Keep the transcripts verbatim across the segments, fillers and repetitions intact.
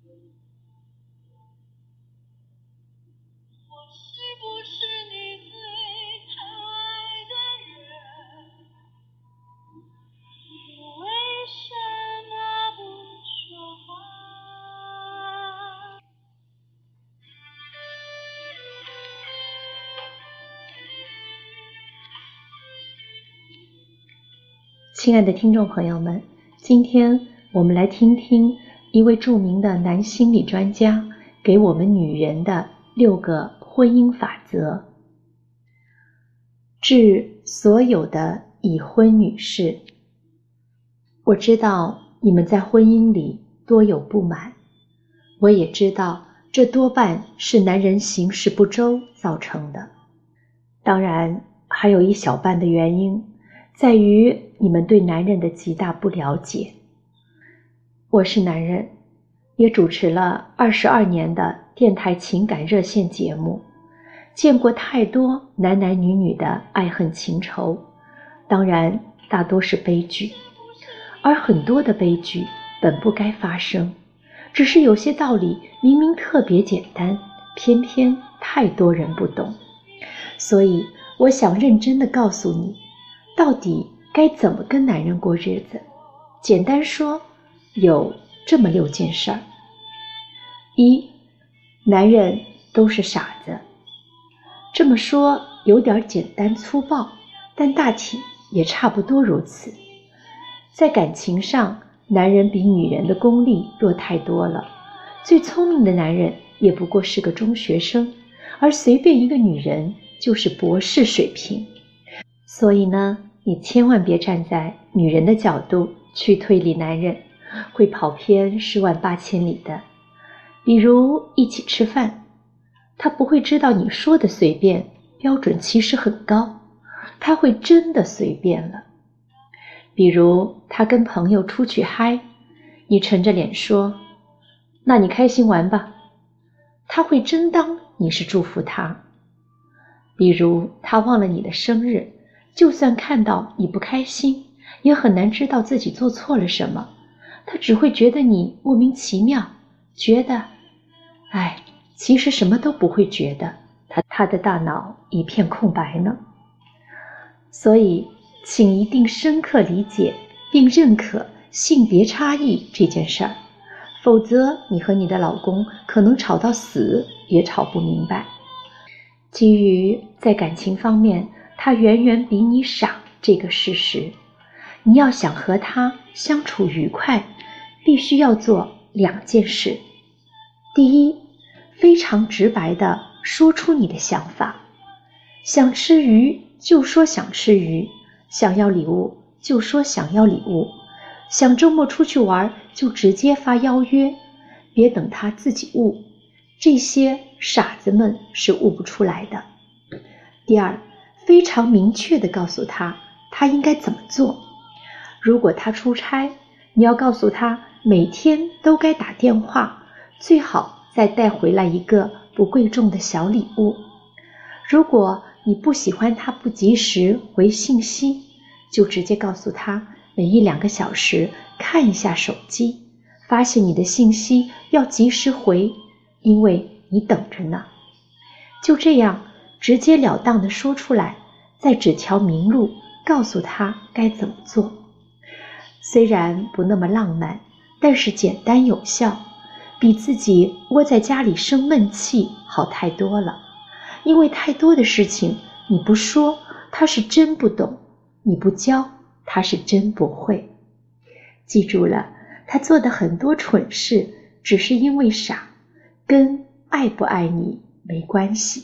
亲爱的听众朋友们，今天我们来听听一位著名的男心理专家给我们女人的六个婚姻法则。致所有的已婚女士，我知道你们在婚姻里多有不满，我也知道这多半是男人行事不周造成的，当然还有一小半的原因在于你们对男人的极大不了解。我是男人，也主持了二十二年的电台情感热线节目，见过太多男男女女的爱恨情仇，当然大多是悲剧，而很多的悲剧本不该发生，只是有些道理明明特别简单，偏偏太多人不懂。所以我想认真地告诉你，到底该怎么跟男人过日子。简单说，有这么六件事儿。一，男人都是傻子。这么说有点简单粗暴，但大体也差不多如此。在感情上，男人比女人的功力弱太多了，最聪明的男人也不过是个中学生，而随便一个女人就是博士水平。所以呢，你千万别站在女人的角度去推理男人，会跑偏十万八千里的。比如一起吃饭，他不会知道你说的随便标准其实很高，他会真的随便了。比如他跟朋友出去嗨，你沉着脸说，那你开心玩吧，他会真当你是祝福他。比如他忘了你的生日，就算看到你不开心，也很难知道自己做错了什么，他只会觉得你莫名其妙，觉得哎，其实什么都不会觉得，他他的大脑一片空白呢。所以请一定深刻理解并认可性别差异这件事儿，否则你和你的老公可能吵到死也吵不明白。基于在感情方面他远远比你傻这个事实，你要想和他相处愉快，必须要做两件事。第一，非常直白地说出你的想法，想吃鱼就说想吃鱼，想要礼物就说想要礼物，想周末出去玩就直接发邀约，别等他自己悟，这些傻子们是悟不出来的。第二，非常明确地告诉他他应该怎么做。如果他出差，你要告诉他每天都该打电话，最好再带回来一个不贵重的小礼物。如果你不喜欢他不及时回信息，就直接告诉他每一两个小时看一下手机，发现你的信息要及时回，因为你等着呢。就这样直截了当地说出来，再指条明路告诉他该怎么做。虽然不那么浪漫，但是简单有效，比自己窝在家里生闷气好太多了。因为太多的事情你不说，他是真不懂，你不教，他是真不会。记住了，他做的很多蠢事只是因为傻，跟爱不爱你没关系。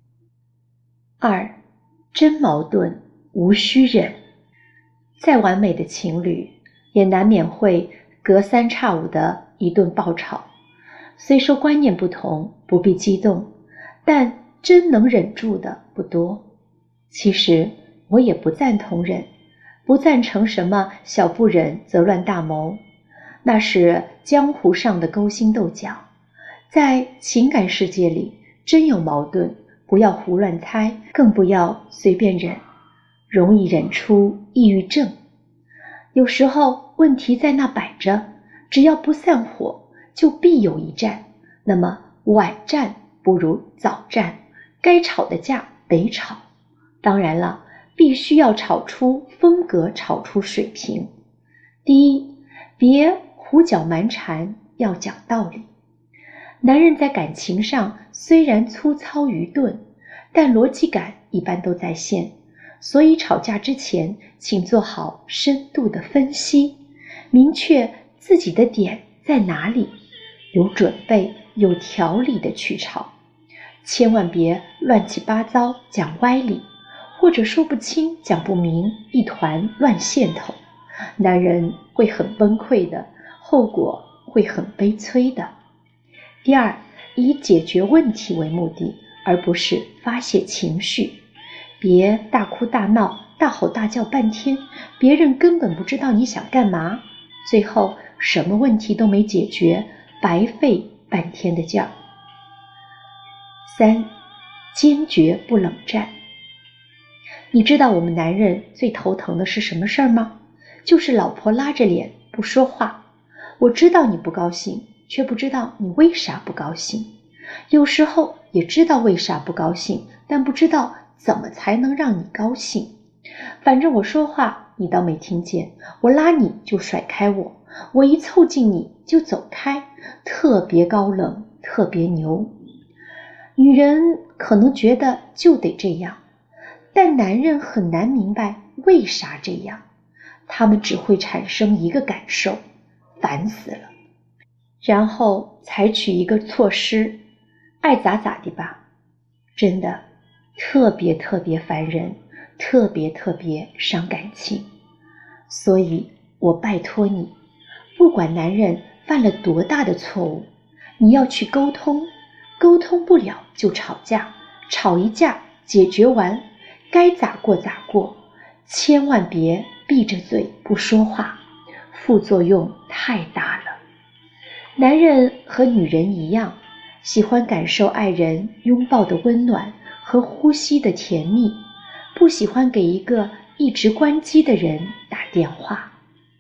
二，真矛盾无需忍。再完美的情侣也难免会隔三差五的一顿爆吵，虽说观念不同不必激动，但真能忍住的不多。其实我也不赞同忍，不赞成什么小不忍则乱大谋，那是江湖上的勾心斗角。在情感世界里，真有矛盾，不要胡乱猜，更不要随便忍，容易忍出抑郁症。有时候问题在那摆着，只要不散伙， 就必有一战，那么晚战不如早战，该吵的架得吵。当然了，必须要吵出风格，吵出水平。第一，别胡搅蛮缠，要讲道理。男人在感情上虽然粗糙愚钝，但逻辑感一般都在线，所以吵架之前，请做好深度的分析，明确自己的点在哪里，有准备、有条理的去吵，千万别乱七八糟讲歪理，或者说不清讲不明，一团乱线头，男人会很崩溃的，后果会很悲催的。第二，以解决问题为目的，而不是发泄情绪。别大哭大闹，大吼大叫半天，别人根本不知道你想干嘛，最后什么问题都没解决，白费半天的劲儿。三，坚决不冷战。你知道我们男人最头疼的是什么事儿吗？就是老婆拉着脸不说话。我知道你不高兴，却不知道你为啥不高兴。有时候也知道为啥不高兴，但不知道怎么才能让你高兴。反正我说话你倒没听见，我拉你就甩开我，我一凑近你就走开，特别高冷，特别牛。女人可能觉得就得这样，但男人很难明白为啥这样，他们只会产生一个感受，烦死了，然后采取一个措施，爱咋咋的吧。真的特别特别烦人，特别特别伤感情。所以我拜托你，不管男人犯了多大的错误，你要去沟通，沟通不了就吵架，吵一架解决完，该咋过咋过，千万别闭着嘴不说话，副作用太大了。男人和女人一样，喜欢感受爱人拥抱的温暖和呼吸的甜蜜，不喜欢给一个一直关机的人打电话。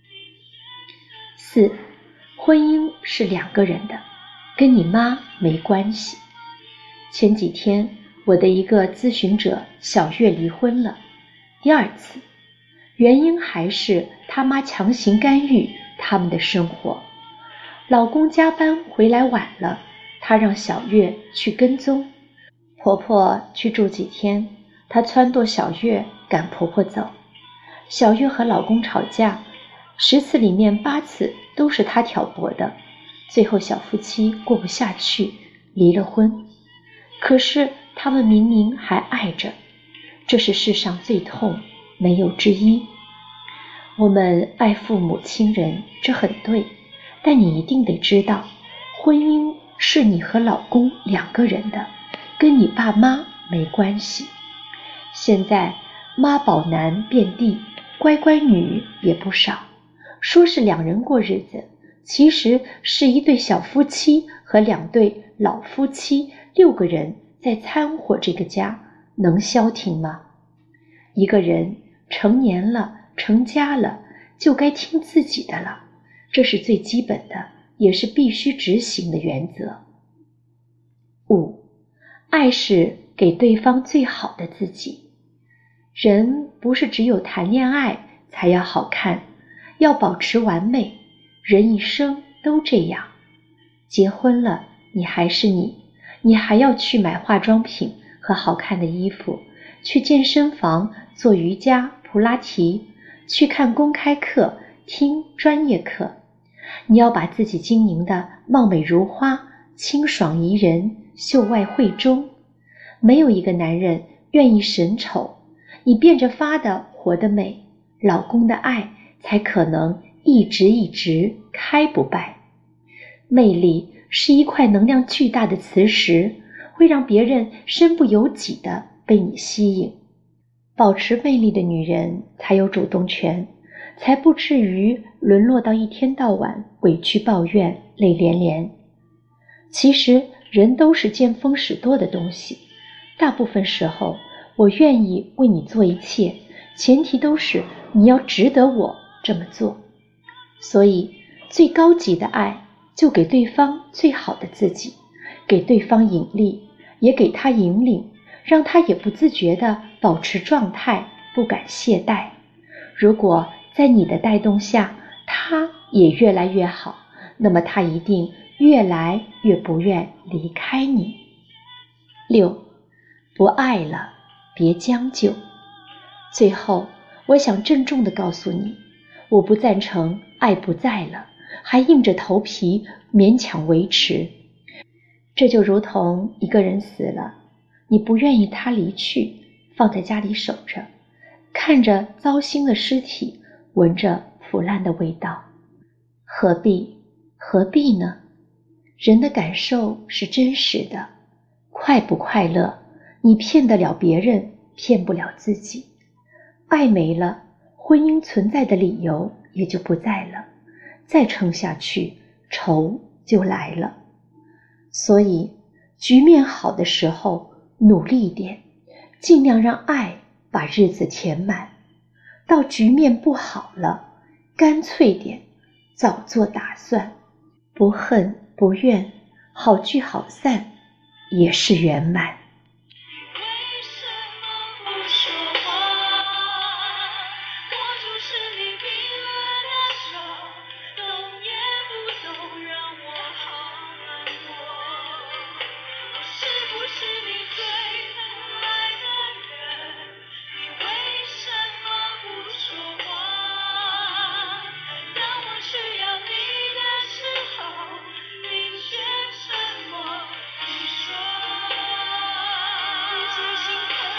四，婚姻是两个人的，跟你妈没关系。前几天我的一个咨询者小月离婚了，第二次，原因还是他妈强行干预他们的生活。老公加班回来晚了，她让小月去跟踪，婆婆去住几天，她撺掇小月赶婆婆走。小月和老公吵架，十次里面八次都是她挑拨的，最后小夫妻过不下去，离了婚。可是他们明明还爱着，这是世上最痛，没有之一。我们爱父母亲人，这很对，但你一定得知道，婚姻是你和老公两个人的，跟你爸妈没关系。现在妈宝男遍地，乖乖女也不少，说是两人过日子，其实是一对小夫妻和两对老夫妻，六个人在掺和这个家，能消停吗？一个人成年了，成家了，就该听自己的了，这是最基本的，也是必须执行的原则。五，爱是给对方最好的自己。人不是只有谈恋爱才要好看，要保持完美，人一生都这样。结婚了，你还是你，你还要去买化妆品和好看的衣服，去健身房做瑜伽、普拉提，去看公开课，听专业课。你要把自己经营的貌美如花，清爽宜人，秀外慧中。没有一个男人愿意审丑，你变着法的活得美，老公的爱才可能一直一直开不败。魅力是一块能量巨大的磁石，会让别人身不由己地被你吸引。保持魅力的女人才有主动权，才不至于沦落到一天到晚委屈抱怨，泪连连。其实人都是见风使舵的东西，大部分时候我愿意为你做一切，前提都是你要值得我这么做。所以最高级的爱就给对方最好的自己，给对方引力，也给他引领，让他也不自觉地保持状态，不敢懈怠。如果在你的带动下，他也越来越好，那么他一定越来越不愿离开你。六，不爱了，别将就。最后，我想郑重地告诉你，我不赞成爱不在了，还硬着头皮勉强维持。这就如同一个人死了，你不愿意他离去，放在家里守着，看着糟心的尸体，闻着腐烂的味道，何必何必呢？人的感受是真实的，快不快乐，你骗得了别人，骗不了自己。爱没了，婚姻存在的理由也就不在了，再撑下去，愁就来了。所以，局面好的时候，努力一点，尽量让爱把日子填满。到局面不好了，干脆点，早做打算，不恨不怨，好聚好散，也是圆满。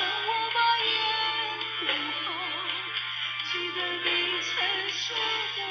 记得你曾说过